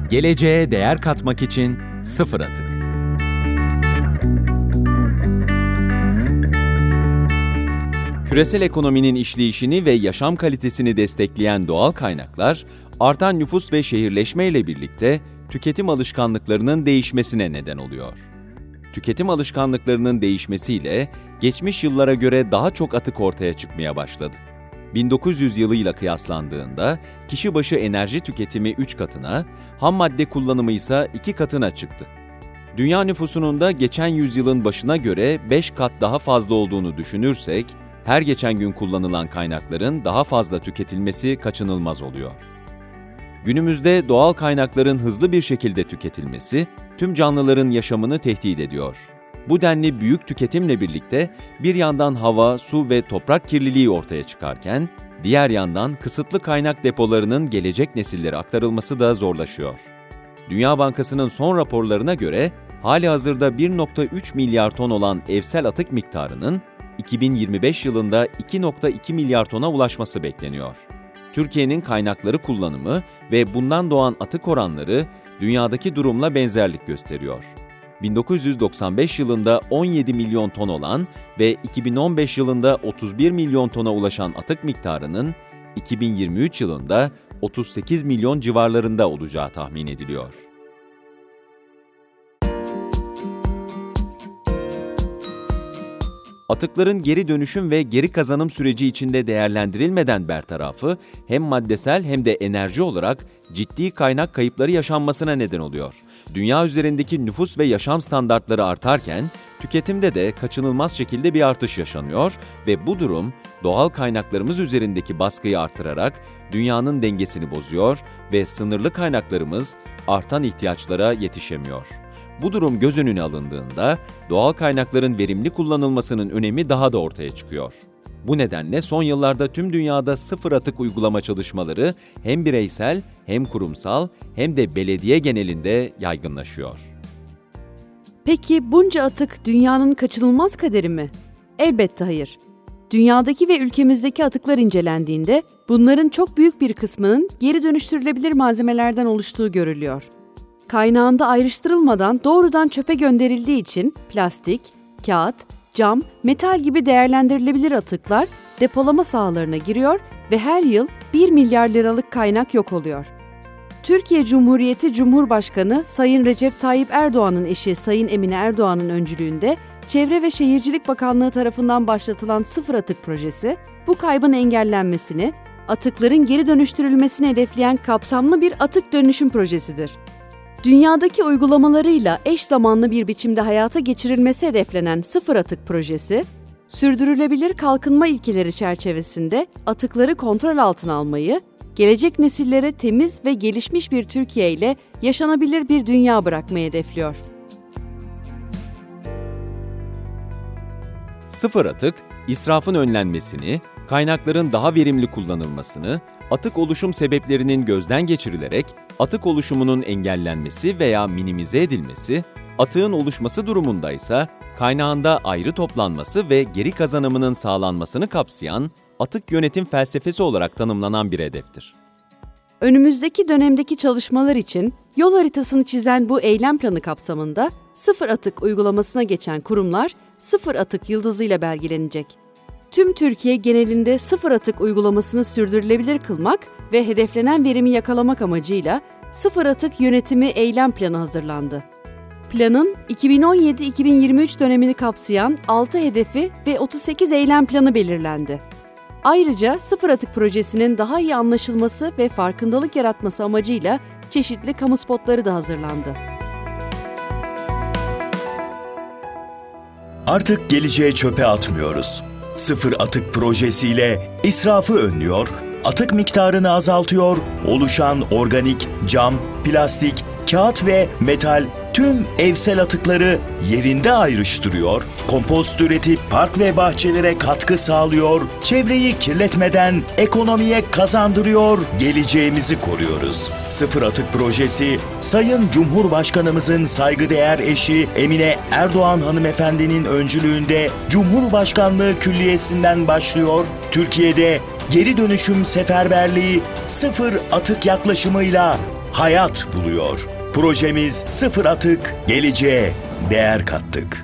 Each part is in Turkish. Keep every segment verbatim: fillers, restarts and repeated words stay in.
Geleceğe değer katmak için sıfır atık. Küresel ekonominin işleyişini ve yaşam kalitesini destekleyen doğal kaynaklar, artan nüfus ve şehirleşme ile birlikte tüketim alışkanlıklarının değişmesine neden oluyor. Tüketim alışkanlıklarının değişmesiyle geçmiş yıllara göre daha çok atık ortaya çıkmaya başladı. bin dokuz yüz yılıyla kıyaslandığında kişi başı enerji tüketimi üç katına, ham madde kullanımı ise iki katına çıktı. Dünya nüfusunun da geçen yüzyılın başına göre beş kat daha fazla olduğunu düşünürsek, her geçen gün kullanılan kaynakların daha fazla tüketilmesi kaçınılmaz oluyor. Günümüzde doğal kaynakların hızlı bir şekilde tüketilmesi, tüm canlıların yaşamını tehdit ediyor. Bu denli büyük tüketimle birlikte bir yandan hava, su ve toprak kirliliği ortaya çıkarken, diğer yandan kısıtlı kaynak depolarının gelecek nesillere aktarılması da zorlaşıyor. Dünya Bankası'nın son raporlarına göre, halihazırda bir virgül üç milyar ton olan evsel atık miktarının iki bin yirmi beş yılında iki virgül iki milyar tona ulaşması bekleniyor. Türkiye'nin kaynakları kullanımı ve bundan doğan atık oranları dünyadaki durumla benzerlik gösteriyor. bin dokuz yüz doksan beş yılında on yedi milyon ton olan ve iki bin on beş yılında otuz bir milyon tona ulaşan atık miktarının iki bin yirmi üç yılında otuz sekiz milyon civarlarında olacağı tahmin ediliyor. Atıkların geri dönüşüm ve geri kazanım süreci içinde değerlendirilmeden bertarafı hem maddesel hem de enerji olarak ciddi kaynak kayıpları yaşanmasına neden oluyor. Dünya üzerindeki nüfus ve yaşam standartları artarken tüketimde de kaçınılmaz şekilde bir artış yaşanıyor ve bu durum doğal kaynaklarımız üzerindeki baskıyı artırarak dünyanın dengesini bozuyor ve sınırlı kaynaklarımız artan ihtiyaçlara yetişemiyor. Bu durum göz önüne alındığında doğal kaynakların verimli kullanılmasının önemi daha da ortaya çıkıyor. Bu nedenle son yıllarda tüm dünyada sıfır atık uygulama çalışmaları hem bireysel hem kurumsal hem de belediye genelinde yaygınlaşıyor. Peki bunca atık dünyanın kaçınılmaz kaderi mi? Elbette hayır. Dünyadaki ve ülkemizdeki atıklar incelendiğinde bunların çok büyük bir kısmının geri dönüştürülebilir malzemelerden oluştuğu görülüyor. Kaynağında ayrıştırılmadan doğrudan çöpe gönderildiği için plastik, kağıt, cam, metal gibi değerlendirilebilir atıklar depolama sahalarına giriyor ve her yıl bir milyar liralık kaynak yok oluyor. Türkiye Cumhuriyeti Cumhurbaşkanı Sayın Recep Tayyip Erdoğan'ın eşi Sayın Emine Erdoğan'ın öncülüğünde Çevre ve Şehircilik Bakanlığı tarafından başlatılan Sıfır Atık projesi, bu kaybın engellenmesini, atıkların geri dönüştürülmesini hedefleyen kapsamlı bir atık dönüşüm projesidir. Dünyadaki uygulamalarıyla eş zamanlı bir biçimde hayata geçirilmesi hedeflenen Sıfır Atık projesi, sürdürülebilir kalkınma ilkeleri çerçevesinde atıkları kontrol altına almayı, gelecek nesillere temiz ve gelişmiş bir Türkiye ile yaşanabilir bir dünya bırakmayı hedefliyor. Sıfır atık, israfın önlenmesini, kaynakların daha verimli kullanılmasını, atık oluşum sebeplerinin gözden geçirilerek atık oluşumunun engellenmesi veya minimize edilmesi, atığın oluşması durumunda ise kaynağında ayrı toplanması ve geri kazanımının sağlanmasını kapsayan atık yönetim felsefesi olarak tanımlanan bir hedeftir. Önümüzdeki dönemdeki çalışmalar için yol haritasını çizen bu eylem planı kapsamında sıfır atık uygulamasına geçen kurumlar sıfır atık yıldızıyla belgelenecek. Tüm Türkiye genelinde sıfır atık uygulamasını sürdürülebilir kılmak ve hedeflenen verimi yakalamak amacıyla Sıfır Atık Yönetimi Eylem Planı hazırlandı. Planın iki bin on yedi iki bin yirmi üç dönemini kapsayan altı hedefi ve otuz sekiz eylem planı belirlendi. Ayrıca Sıfır Atık projesinin daha iyi anlaşılması ve farkındalık yaratması amacıyla çeşitli kamu spotları da hazırlandı. Artık geleceğe çöpe atmıyoruz. Sıfır Atık projesiyle israfı önlüyor, atık miktarını azaltıyor, oluşan organik, cam, plastik, kağıt ve metal tüm evsel atıkları yerinde ayrıştırıyor, kompost üretip park ve bahçelere katkı sağlıyor, çevreyi kirletmeden ekonomiye kazandırıyor, geleceğimizi koruyoruz. Sıfır Atık projesi, Sayın Cumhurbaşkanımızın saygıdeğer eşi Emine Erdoğan hanımefendinin öncülüğünde Cumhurbaşkanlığı Külliyesi'nden başlıyor, Türkiye'de geri dönüşüm seferberliği sıfır atık yaklaşımıyla hayat buluyor. Projemiz Sıfır Atık, geleceğe değer kattık.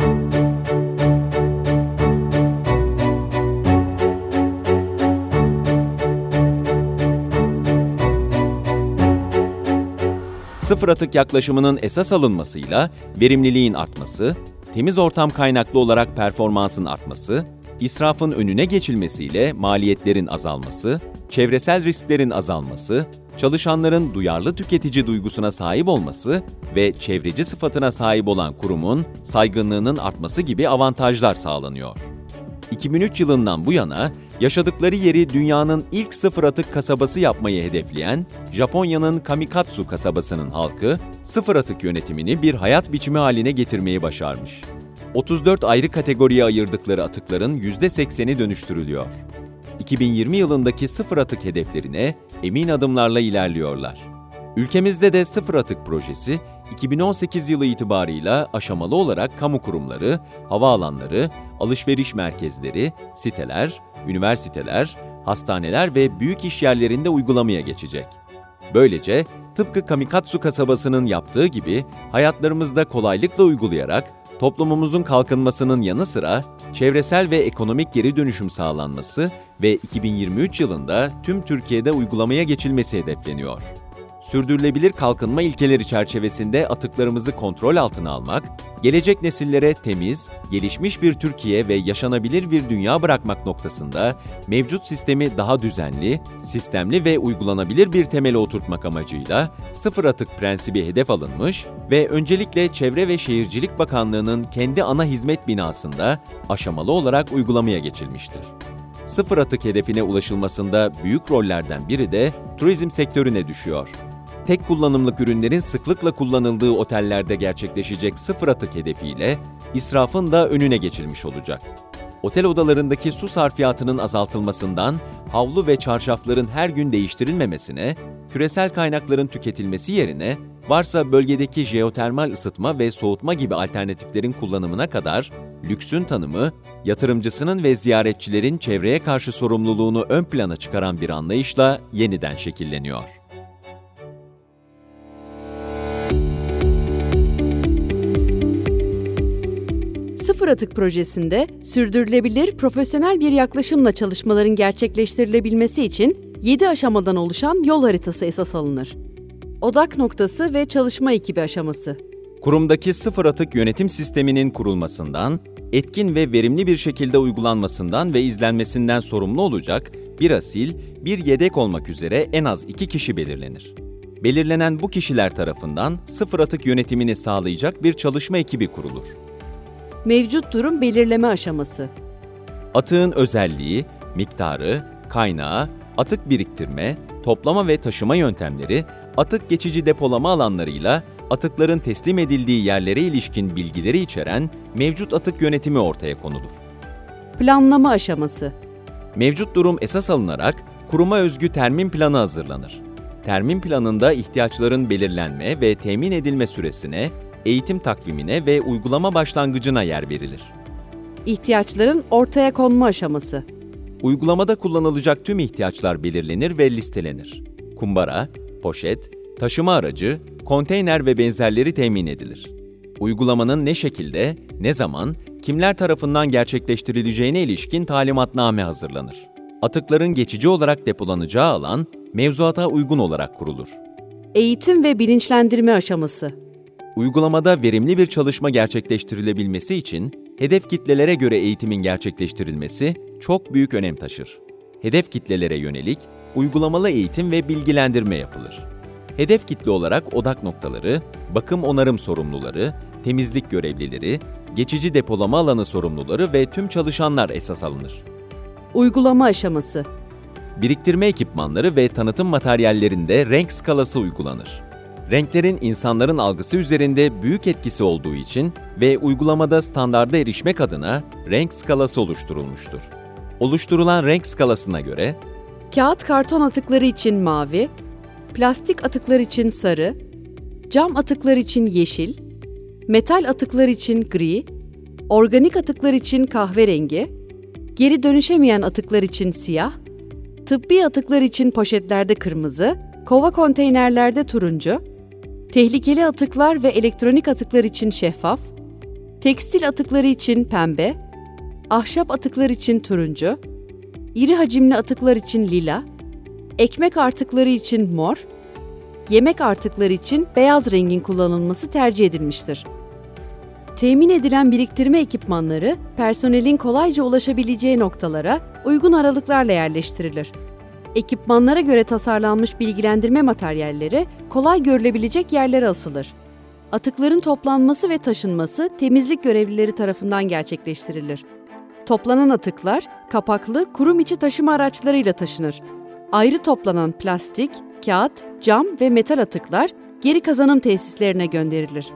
Sıfır atık yaklaşımının esas alınmasıyla verimliliğin artması, temiz ortam kaynaklı olarak performansın artması, israfın önüne geçilmesiyle maliyetlerin azalması, çevresel risklerin azalması, çalışanların duyarlı tüketici duygusuna sahip olması ve çevreci sıfatına sahip olan kurumun saygınlığının artması gibi avantajlar sağlanıyor. iki bin üç yılından bu yana yaşadıkları yeri dünyanın ilk sıfır atık kasabası yapmayı hedefleyen Japonya'nın Kamikatsu kasabasının halkı, sıfır atık yönetimini bir hayat biçimi haline getirmeyi başarmış. otuz dört ayrı kategoriye ayırdıkları atıkların yüzde sekseni dönüştürülüyor. iki bin yirmi yılındaki sıfır atık hedeflerine emin adımlarla ilerliyorlar. Ülkemizde de sıfır atık projesi, iki bin on sekiz yılı itibarıyla aşamalı olarak kamu kurumları, havaalanları, alışveriş merkezleri, siteler, üniversiteler, hastaneler ve büyük iş yerlerinde uygulamaya geçecek. Böylece tıpkı Kamikatsu kasabasının yaptığı gibi hayatlarımızda kolaylıkla uygulayarak toplumumuzun kalkınmasının yanı sıra çevresel ve ekonomik geri dönüşüm sağlanması ve iki bin yirmi üç yılında tüm Türkiye'de uygulamaya geçilmesi hedefleniyor. Sürdürülebilir kalkınma ilkeleri çerçevesinde atıklarımızı kontrol altına almak, gelecek nesillere temiz, gelişmiş bir Türkiye ve yaşanabilir bir dünya bırakmak noktasında mevcut sistemi daha düzenli, sistemli ve uygulanabilir bir temele oturtmak amacıyla sıfır atık prensibi hedef alınmış ve öncelikle Çevre ve Şehircilik Bakanlığı'nın kendi ana hizmet binasında aşamalı olarak uygulamaya geçilmiştir. Sıfır atık hedefine ulaşılmasında büyük rollerden biri de turizm sektörüne düşüyor. Tek kullanımlık ürünlerin sıklıkla kullanıldığı otellerde gerçekleşecek sıfır atık hedefiyle israfın da önüne geçilmiş olacak. Otel odalarındaki su sarfiyatının azaltılmasından havlu ve çarşafların her gün değiştirilmemesine, küresel kaynakların tüketilmesi yerine varsa bölgedeki jeotermal ısıtma ve soğutma gibi alternatiflerin kullanımına kadar lüksün tanımı, yatırımcısının ve ziyaretçilerin çevreye karşı sorumluluğunu ön plana çıkaran bir anlayışla yeniden şekilleniyor. Sıfır Atık projesinde sürdürülebilir, profesyonel bir yaklaşımla çalışmaların gerçekleştirilebilmesi için yedi aşamadan oluşan yol haritası esas alınır. Odak noktası ve çalışma ekibi aşaması. Kurumdaki sıfır atık yönetim sisteminin kurulmasından, etkin ve verimli bir şekilde uygulanmasından ve izlenmesinden sorumlu olacak bir asil, bir yedek olmak üzere en az iki kişi belirlenir. Belirlenen bu kişiler tarafından sıfır atık yönetimini sağlayacak bir çalışma ekibi kurulur. Mevcut durum belirleme aşaması. Atığın özelliği, miktarı, kaynağı, atık biriktirme, toplama ve taşıma yöntemleri, atık geçici depolama alanlarıyla atıkların teslim edildiği yerlere ilişkin bilgileri içeren mevcut atık yönetimi ortaya konulur. Planlama aşaması. Mevcut durum esas alınarak kuruma özgü termin planı hazırlanır. Termin planında ihtiyaçların belirlenme ve temin edilme süresine, eğitim takvimine ve uygulama başlangıcına yer verilir. İhtiyaçların ortaya konma aşaması. Uygulamada kullanılacak tüm ihtiyaçlar belirlenir ve listelenir. Kumbara, poşet, taşıma aracı, konteyner ve benzerleri temin edilir. Uygulamanın ne şekilde, ne zaman, kimler tarafından gerçekleştirileceğine ilişkin talimatname hazırlanır. Atıkların geçici olarak depolanacağı alan, mevzuata uygun olarak kurulur. Eğitim ve bilinçlendirme aşaması. Uygulamada verimli bir çalışma gerçekleştirilebilmesi için hedef kitlelere göre eğitimin gerçekleştirilmesi çok büyük önem taşır. Hedef kitlelere yönelik uygulamalı eğitim ve bilgilendirme yapılır. Hedef kitle olarak odak noktaları, bakım onarım sorumluları, temizlik görevlileri, geçici depolama alanı sorumluları ve tüm çalışanlar esas alınır. Uygulama aşaması. Biriktirme ekipmanları ve tanıtım materyallerinde renk skalası uygulanır. Renklerin insanların algısı üzerinde büyük etkisi olduğu için ve uygulamada standarda erişmek adına renk skalası oluşturulmuştur. Oluşturulan renk skalasına göre Kağıt karton atıkları için mavi, plastik atıklar için sarı, cam atıklar için yeşil, metal atıklar için gri, organik atıklar için kahverengi, geri dönüşemeyen atıklar için siyah, tıbbi atıklar için poşetlerde kırmızı, kova konteynerlerde turuncu, tehlikeli atıklar ve elektronik atıklar için şeffaf, tekstil atıkları için pembe, ahşap atıklar için turuncu, iri hacimli atıklar için lila, ekmek artıkları için mor, yemek artıkları için beyaz rengin kullanılması tercih edilmiştir. Temin edilen biriktirme ekipmanları, personelin kolayca ulaşabileceği noktalara uygun aralıklarla yerleştirilir. Ekipmanlara göre tasarlanmış bilgilendirme materyalleri kolay görülebilecek yerlere asılır. Atıkların toplanması ve taşınması temizlik görevlileri tarafından gerçekleştirilir. Toplanan atıklar, kapaklı, kurum içi taşıma araçlarıyla taşınır. Ayrı toplanan plastik, kağıt, cam ve metal atıklar geri kazanım tesislerine gönderilir.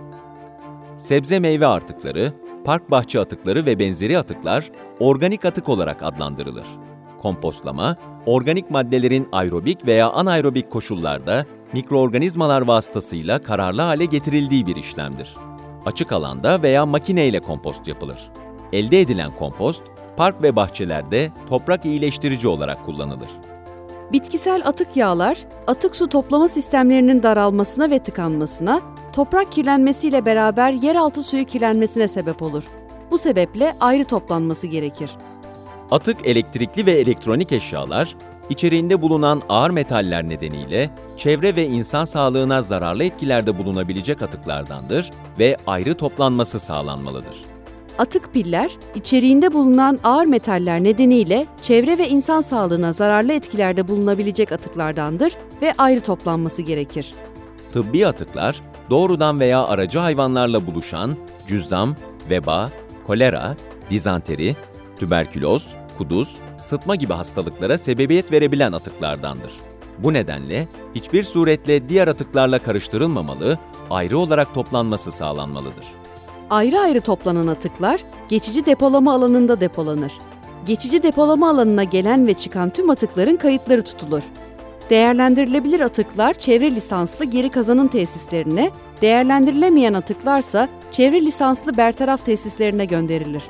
Sebze meyve artıkları, park bahçe atıkları ve benzeri atıklar organik atık olarak adlandırılır. Kompostlama, organik maddelerin aerobik veya anaerobik koşullarda mikroorganizmalar vasıtasıyla kararlı hale getirildiği bir işlemdir. Açık alanda veya makineyle kompost yapılır. Elde edilen kompost, park ve bahçelerde toprak iyileştirici olarak kullanılır. Bitkisel atık yağlar, atık su toplama sistemlerinin daralmasına ve tıkanmasına, toprak kirlenmesiyle beraber yeraltı suyu kirlenmesine sebep olur. Bu sebeple ayrı toplanması gerekir. Atık elektrikli ve elektronik eşyalar, içeriğinde bulunan ağır metaller nedeniyle çevre ve insan sağlığına zararlı etkilerde bulunabilecek atıklardandır ve ayrı toplanması sağlanmalıdır. Atık piller, içeriğinde bulunan ağır metaller nedeniyle çevre ve insan sağlığına zararlı etkilerde bulunabilecek atıklardandır ve ayrı toplanması gerekir. Tıbbi atıklar, doğrudan veya aracı hayvanlarla buluşan cüzzam, veba, kolera, dizanteri, tüberküloz, kuduz, sıtma gibi hastalıklara sebebiyet verebilen atıklardandır. Bu nedenle hiçbir suretle diğer atıklarla karıştırılmamalı, ayrı olarak toplanması sağlanmalıdır. Ayrı ayrı toplanan atıklar, geçici depolama alanında depolanır. Geçici depolama alanına gelen ve çıkan tüm atıkların kayıtları tutulur. Değerlendirilebilir atıklar çevre lisanslı geri kazanım tesislerine, değerlendirilemeyen atıklarsa çevre lisanslı bertaraf tesislerine gönderilir.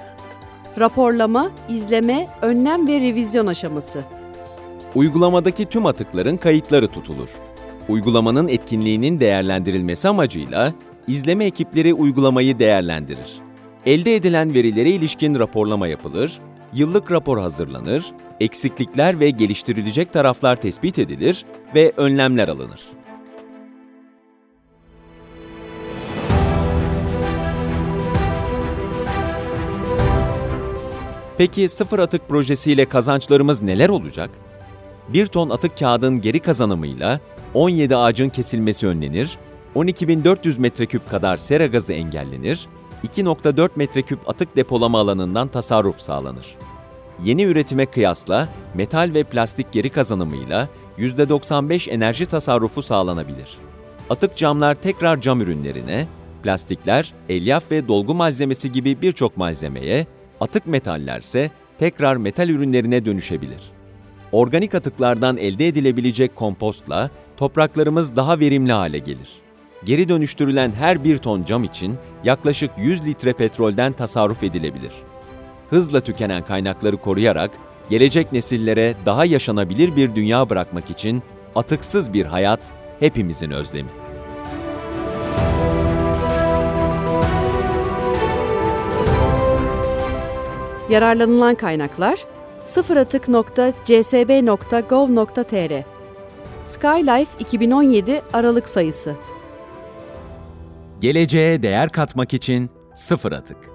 Raporlama, izleme, önlem ve revizyon aşaması. Uygulamadaki tüm atıkların kayıtları tutulur. Uygulamanın etkinliğinin değerlendirilmesi amacıyla izleme ekipleri uygulamayı değerlendirir. Elde edilen verilere ilişkin raporlama yapılır, yıllık rapor hazırlanır, eksiklikler ve geliştirilecek taraflar tespit edilir ve önlemler alınır. Peki sıfır atık projesiyle kazançlarımız neler olacak? Bir ton atık kağıdın geri kazanımıyla on yedi ağacın kesilmesi önlenir, on iki bin dört yüz metreküp kadar sera gazı engellenir, iki virgül dört metreküp atık depolama alanından tasarruf sağlanır. Yeni üretime kıyasla metal ve plastik geri kazanımıyla yüzde doksan beş enerji tasarrufu sağlanabilir. Atık camlar tekrar cam ürünlerine, plastikler elyaf ve dolgu malzemesi gibi birçok malzemeye, atık metallerse tekrar metal ürünlerine dönüşebilir. Organik atıklardan elde edilebilecek kompostla topraklarımız daha verimli hale gelir. Geri dönüştürülen her bir ton cam için yaklaşık yüz litre petrolden tasarruf edilebilir. Hızla tükenen kaynakları koruyarak gelecek nesillere daha yaşanabilir bir dünya bırakmak için atıksız bir hayat hepimizin özlemi. Yararlanılan kaynaklar sıfıratık nokta c s b nokta gov nokta t r Skylife iki bin on yedi Aralık sayısı. Geleceğe değer katmak için sıfır atık.